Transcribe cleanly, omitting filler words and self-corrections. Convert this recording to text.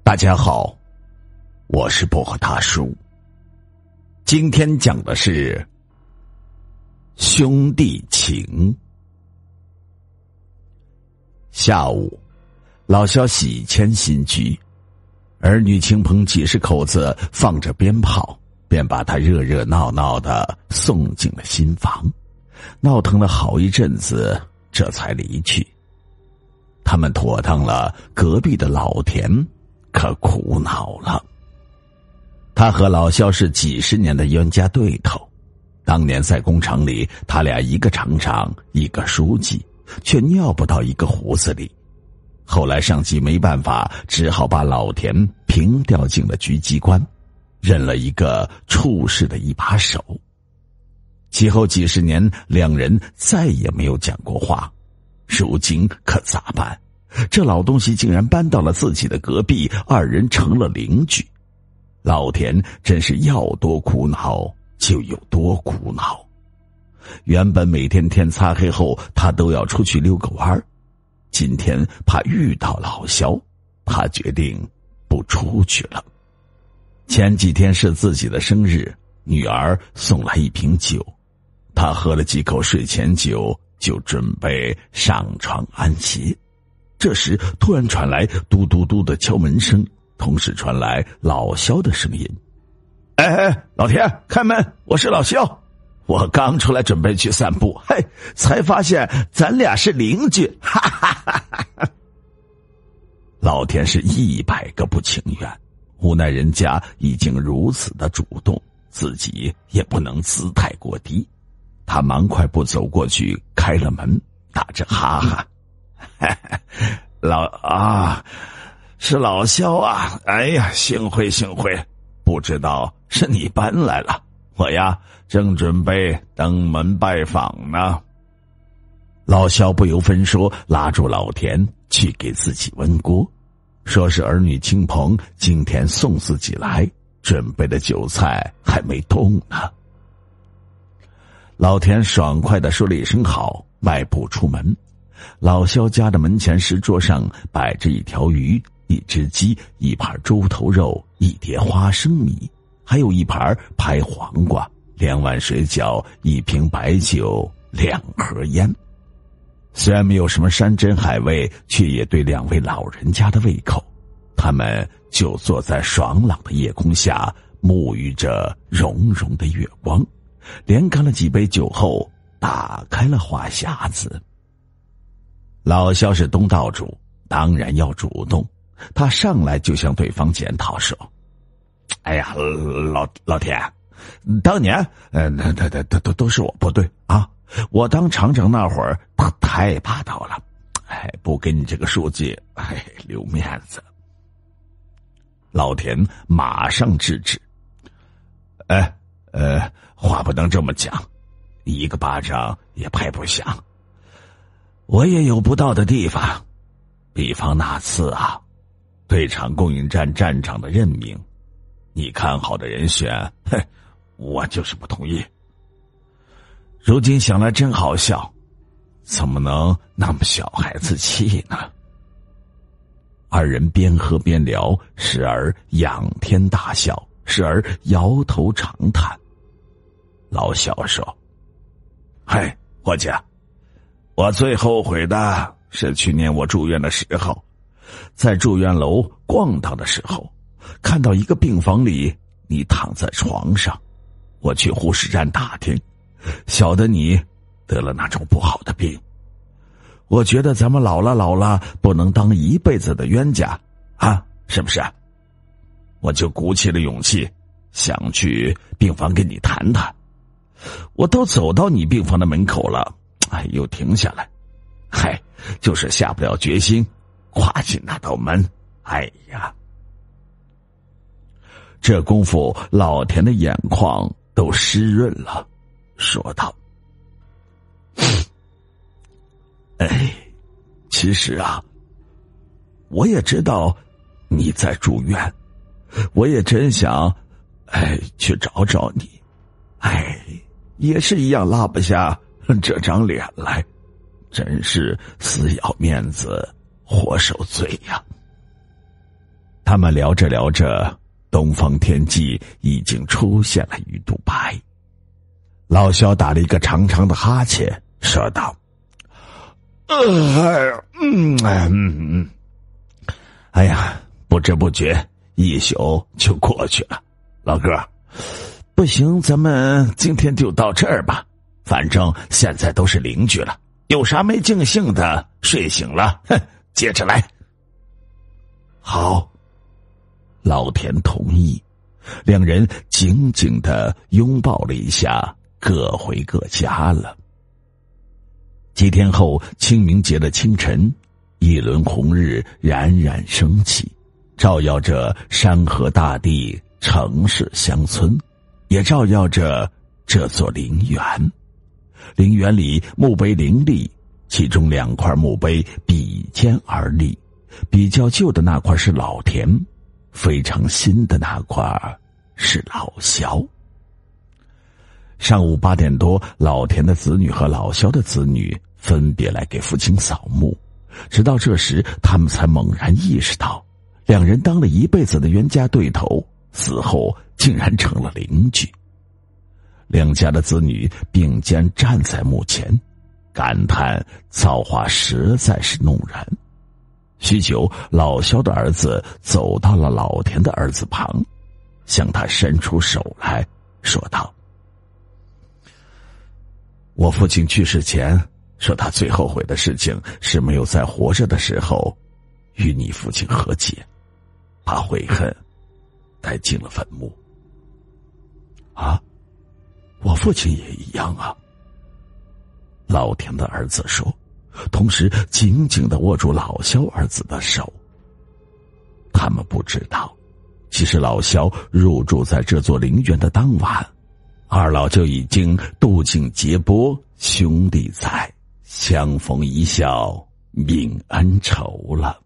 大家好，我是薄荷大叔。今天讲的是兄弟情。下午，老萧喜迁新居，儿女亲朋几十口子放着鞭炮，便把他热热闹闹的送进了新房，闹腾了好一阵子，这才离去。他们妥当了，隔壁的老田可苦恼了。他和老萧是几十年的冤家对头，当年在工厂里，他俩一个厂长一个书记，却尿不到一个壶子里。后来上级没办法，只好把老田平调进了局机关，认了一个处事的一把手。其后几十年，两人再也没有讲过话。如今可咋办？这老东西竟然搬到了自己的隔壁，二人成了邻居。老田真是要多苦恼就有多苦恼。原本每天天擦黑后，他都要出去遛个弯儿。今天怕遇到老萧，他决定不出去了。前几天是自己的生日，女儿送来一瓶酒，他喝了几口睡前酒，就准备上床安歇。这时突然传来嘟嘟嘟的敲门声，同时传来老萧的声音：哎，老田，开门，我是老萧。我刚出来准备去散步，才发现咱俩是邻居，哈哈哈哈。老田是100个不情愿，无奈人家已经如此的主动，自己也不能姿态过低。他忙快步走过去，开了门，打着哈哈：是老萧啊！哎呀，幸会幸会，不知道是你搬来了，我呀正准备登门拜访呢。老萧不由分说，拉住老田去给自己温锅，说是儿女亲朋今天送自己来，准备的酒菜还没动呢。老田爽快地说了一声好，迈步出门。老萧家的门前石桌上摆着一条鱼、一只鸡、一盘猪头肉、一碟花生米，还有一盘拍黄瓜、2碗水饺、1瓶白酒、2盒烟。虽然没有什么山珍海味，却也对2位老人家的胃口。他们就坐在爽朗的夜空下，沐浴着融融的月光，连干了几杯酒后，打开了话匣子。老萧是东道主，当然要主动。他上来就向对方检讨说：哎呀，老田，当年都是我不对啊！我当厂长那会儿太霸道了，不给你这个书记留面子。老田马上制止：话不能这么讲，一个巴掌也拍不响。我也有不到的地方，比方那次啊，对厂供应站站长的任命，你看好的人选，我就是不同意。如今想来真好笑，怎么能那么小孩子气呢？二人边喝边聊，时而仰天大笑，时而摇头长叹。老萧说：伙计，我最后悔的是去年我住院的时候，在住院楼逛荡的时候，看到一个病房里你躺在床上，我去护士站打听，晓得你得了那种不好的病。我觉得咱们老了不能当一辈子的冤家啊，是不是？我就鼓起了勇气，想去病房跟你谈谈。我都走到你病房的门口了，又停下来，就是下不了决心跨进那道门。这功夫老田的眼眶都湿润了，说道：其实啊，我也知道你在住院，我也真想去找找你，也是一样拉不下这张脸来，真是死要面子活受罪呀。 他们聊着聊着，东方天际已经出现了鱼肚白。老萧打了一个长长的哈欠，说道：“哎呀，不知不觉一宿就过去了。老哥，不行，咱们今天就到这儿吧。反正现在都是邻居了，有啥没尽兴的，睡醒了，接着来。”好，老田同意，两人紧紧地拥抱了一下，各回各家了。几天后，清明节的清晨，一轮红日冉冉升起，照耀着山河大地、城市乡村，也照耀着这座陵园。陵园里墓碑林立，其中2块墓碑比肩而立，比较旧的那块是老田，非常新的那块是老萧。上午8点多，老田的子女和老萧的子女分别来给父亲扫墓，直到这时他们才猛然意识到，两人当了一辈子的冤家对头，死后竟然成了邻居。两家的子女并肩站在墓前，感叹造化实在是弄人。许久，老萧的儿子走到了老田的儿子旁，向他伸出手来，说道：“我父亲去世前说，他最后悔的事情是没有在活着的时候与你父亲和解，把悔恨带进了坟墓。”啊，我父亲也一样啊。老田的儿子说，同时紧紧地握住老萧儿子的手。他们不知道，其实老萧入住在这座陵园的当晚，二老就已经渡尽劫波，兄弟在，相逢一笑泯恩仇了。